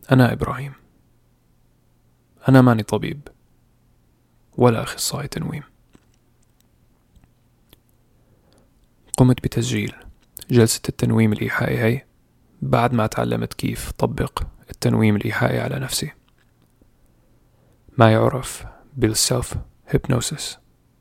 أنا إبراهيم. أنا ماني طبيب ولا أخصائي تنويم. قمت بتسجيل جلسة التنويم الإيحائي هي بعد ما تعلمت كيف طبق التنويم الإيحائي على نفسي، ما يعرف بالسلف هيبنوسيس.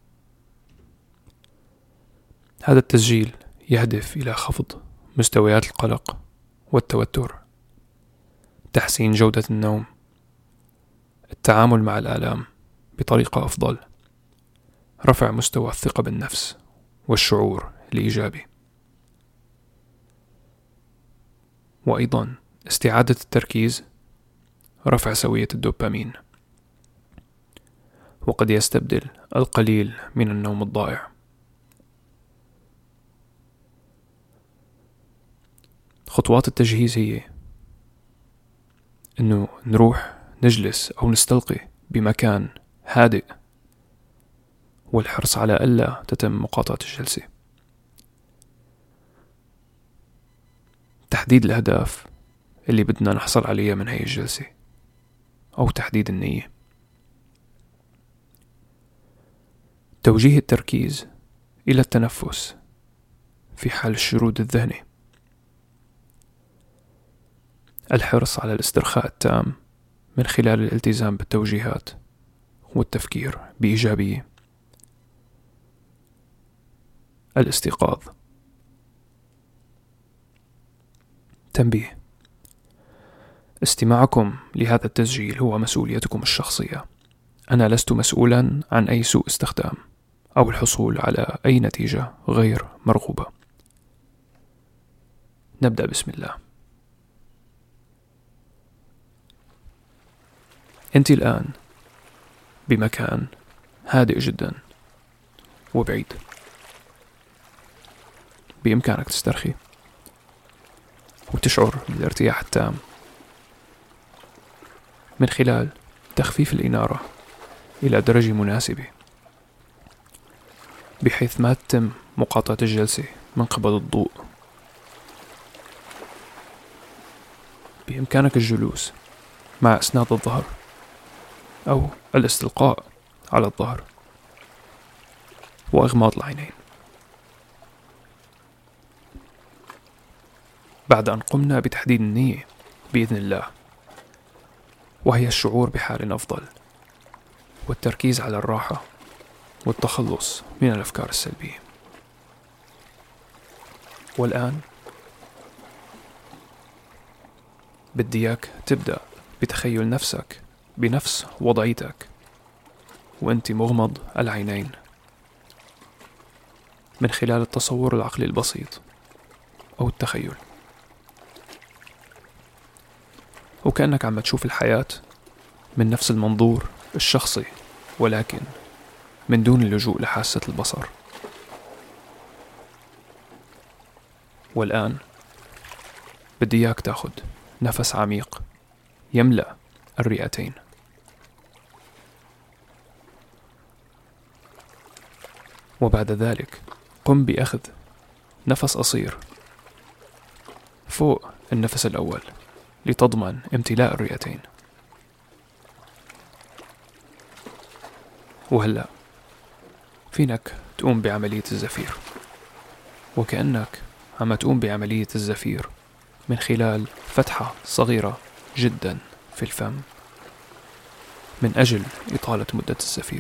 هذا التسجيل يهدف إلى خفض مستويات القلق والتوتر، تحسين جودة النوم، التعامل مع الآلام بطريقة أفضل، رفع مستوى الثقة بالنفس والشعور الإيجابي، وأيضا استعادة التركيز، رفع سوية الدوبامين، وقد يستبدل القليل من النوم الضائع. خطوات التجهيز هي إنه نروح نجلس أو نستلقي بمكان هادئ، والحرص على ألا تتم مقاطعة الجلسة. تحديد الأهداف اللي بدنا نحصل عليها من هاي الجلسة أو تحديد النية. توجيه التركيز إلى التنفس في حال الشرود الذهني. الحرص على الاسترخاء التام من خلال الالتزام بالتوجيهات والتفكير بإيجابية. الاستيقاظ. تنبيه: استماعكم لهذا التسجيل هو مسؤوليتكم الشخصية. أنا لست مسؤولا عن أي سوء استخدام أو الحصول على أي نتيجة غير مرغوبة. نبدأ بسم الله. أنت الآن بمكان هادئ جدا وبعيد. بإمكانك تسترخي وتشعر بالارتياح التام من خلال تخفيف الإنارة إلى درجة مناسبة، بحيث ما تتم مقاطعة الجلسة من قبل الضوء. بإمكانك الجلوس مع إسناد الظهر أو الاستلقاء على الظهر وإغماض العينين. بعد أن قمنا بتحديد النية بإذن الله، وهي الشعور بحال أفضل والتركيز على الراحة والتخلص من الأفكار السلبية. والآن بدي إياك تبدأ بتخيل نفسك بنفس وضعيتك وأنت مغمض العينين من خلال التصور العقلي البسيط أو التخيل، وكأنك عم تشوف الحياة من نفس المنظور الشخصي، ولكن من دون اللجوء لحاسة البصر. والآن بدي إياك تاخد نفس عميق يملأ الرئتين، وبعد ذلك قم بأخذ نفس قصير فوق النفس الأول لتضمن امتلاء الرئتين. وهلأ فينك تقوم بعملية الزفير، وكأنك عم تقوم بعملية الزفير من خلال فتحة صغيرة جدا في الفم من أجل إطالة مدة الزفير.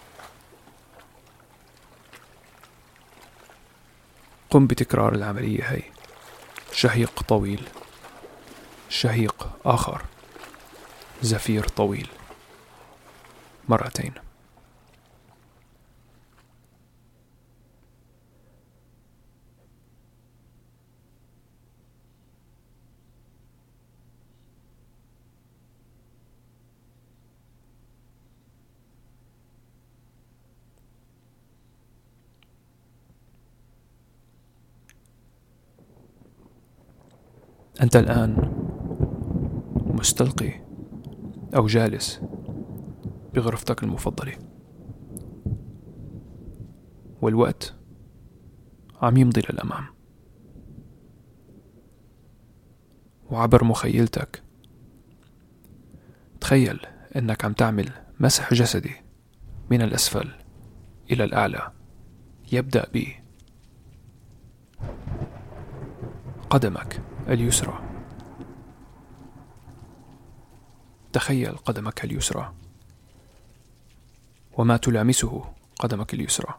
قم بتكرار العملية هي: شهيق طويل، شهيق آخر، زفير طويل، مرتين. أنت الآن مستلقي أو جالس بغرفتك المفضلة، والوقت عم يمضي للأمام، وعبر مخيلتك تخيل أنك عم تعمل مسح جسدي من الأسفل إلى الأعلى، يبدأ بقدمك اليسرى. تخيل قدمك اليسرى وما تلامسه قدمك اليسرى.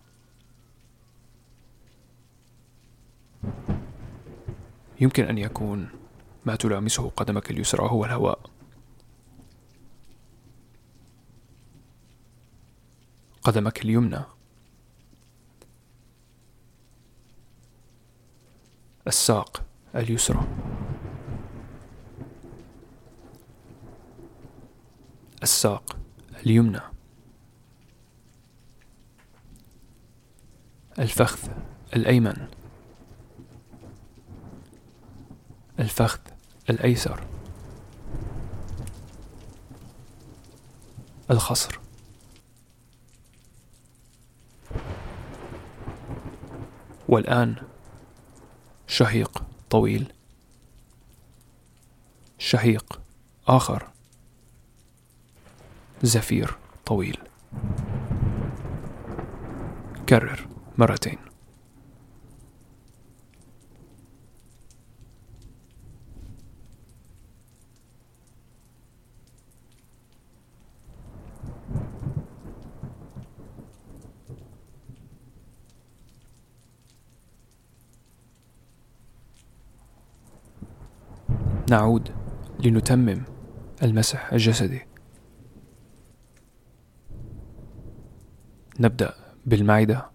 يمكن أن يكون ما تلامسه قدمك اليسرى هو الهواء. قدمك اليمنى، الساق اليسرى، الساق اليمنى، الفخذ الأيمن، الفخذ الأيسر، الخصر. والآن شهيق طويل، شهيق آخر، زفير طويل. كرر مرتين. نعود لنتمم المسح الجسدي. نبدأ بالمعدة.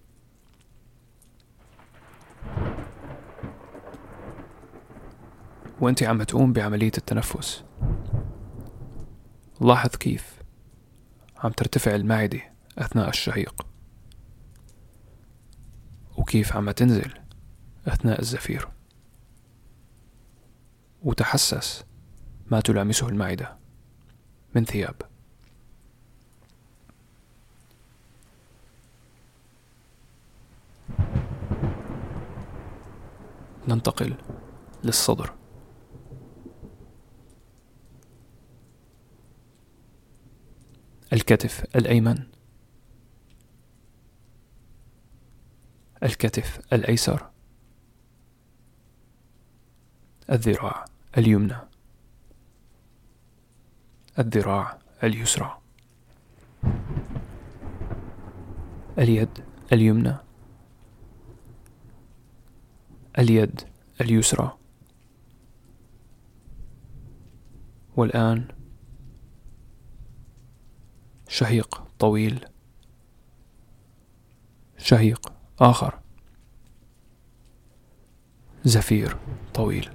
وأنت عم تقوم بعملية التنفس، لاحظ كيف عم ترتفع المعدة أثناء الشهيق وكيف عم تنزل أثناء الزفير، وتحسس ما تلامسه المعدة من ثياب. ننتقل للصدر. الكتف الأيمن، الكتف الأيسر، الذراع اليمنى، الذراع اليسرى، اليد اليمنى، اليد اليسرى. والآن شهيق طويل، شهيق آخر، زفير طويل.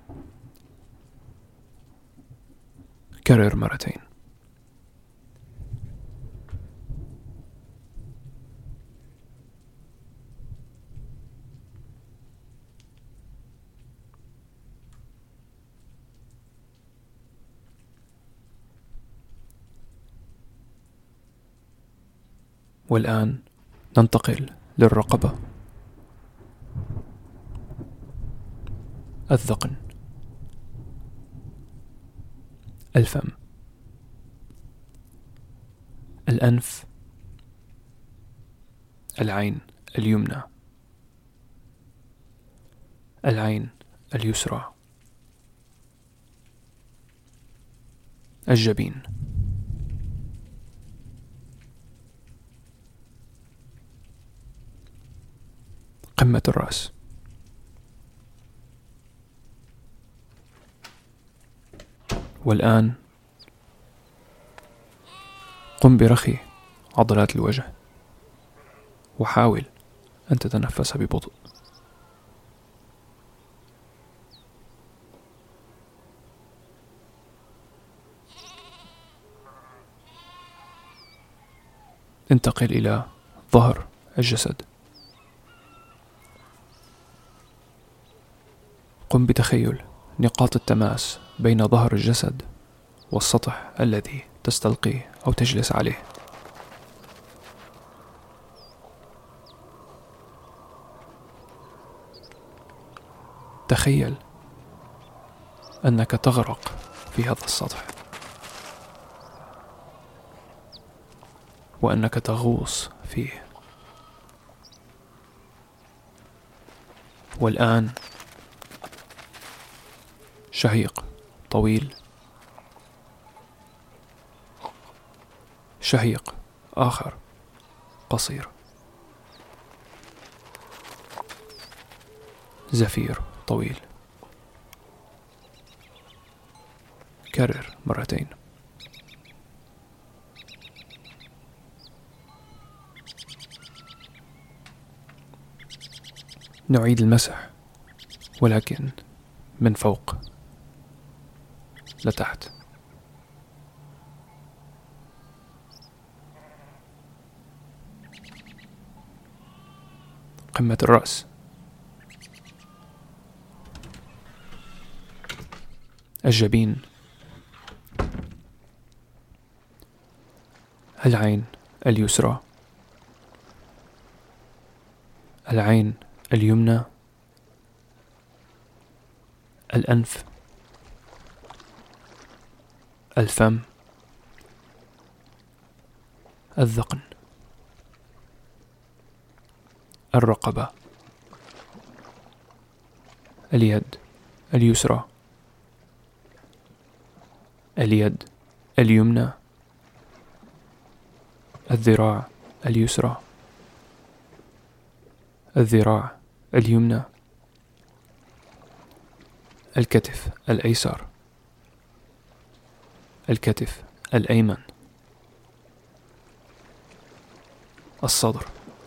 كرر مرتين. والآن ننتقل للرقبة، الذقن، الفم، الأنف، العين اليمنى، العين اليسرى، الجبين، قمة الرأس. والآن قم برخي عضلات الوجه وحاول أن تتنفس ببطء. انتقل إلى ظهر الجسد. قم بتخيل نقاط التماس بين ظهر الجسد والسطح الذي تستلقيه أو تجلس عليه. تخيل أنك تغرق في هذا السطح. وأنك تغوص فيه. والآن شهيق طويل، شهيق آخر قصير، زفير طويل. كرر مرتين. نعيد المسح، ولكن من فوق لتحت. قمة الرأس، الجبين، العين اليسرى، العين اليمنى، الأنف، الفم، الذقن، الرقبة، اليد اليسرى، اليد اليمنى، الذراع اليسرى، الذراع اليمنى، الكتف الأيسر، الكتف الأيمن، الصدر،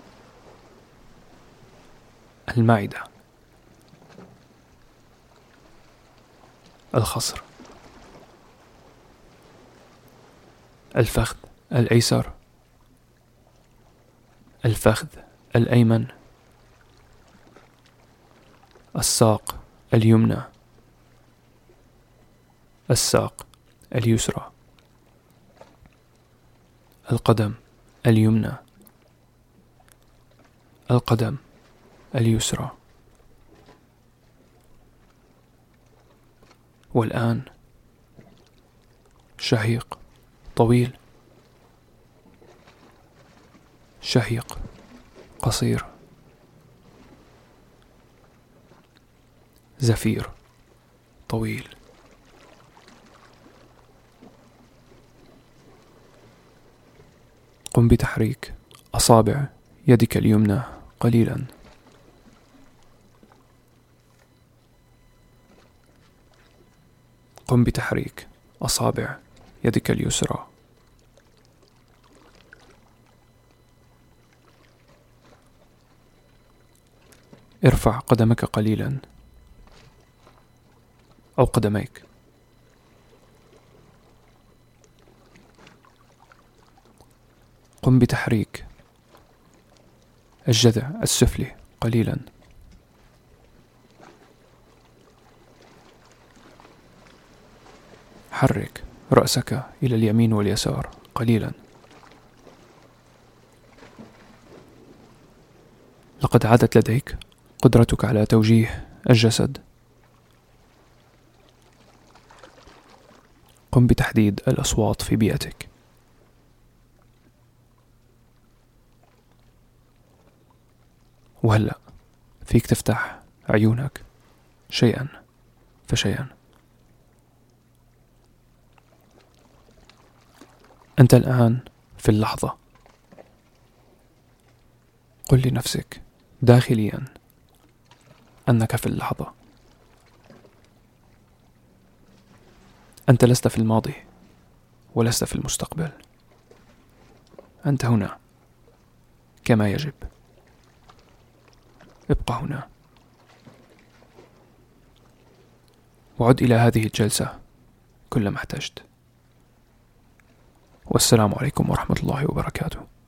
المعدة، الخصر، الفخذ الأيسر، الفخذ الأيمن، الساق اليمنى، الساق اليسرى، القدم اليمنى، القدم اليسرى. والآن شهيق طويل، شهيق قصير، زفير طويل. قم بتحريك أصابع يدك اليمنى قليلا. قم بتحريك أصابع يدك اليسرى. ارفع قدمك قليلا أو قدميك. قم بتحريك الجذع السفلي قليلا. حرك رأسك إلى اليمين واليسار قليلا. لقد عادت لديك قدرتك على توجيه الجسد. قم بتحديد الأصوات في بيئتك. وهلأ فيك تفتح عيونك شيئا فشيئا. أنت الآن في اللحظة. قل لنفسك داخليا أنك في اللحظة. أنت لست في الماضي ولست في المستقبل. أنت هنا كما يجب. ابقى هنا وعد إلى هذه الجلسة كلما احتجت. والسلام عليكم ورحمة الله وبركاته.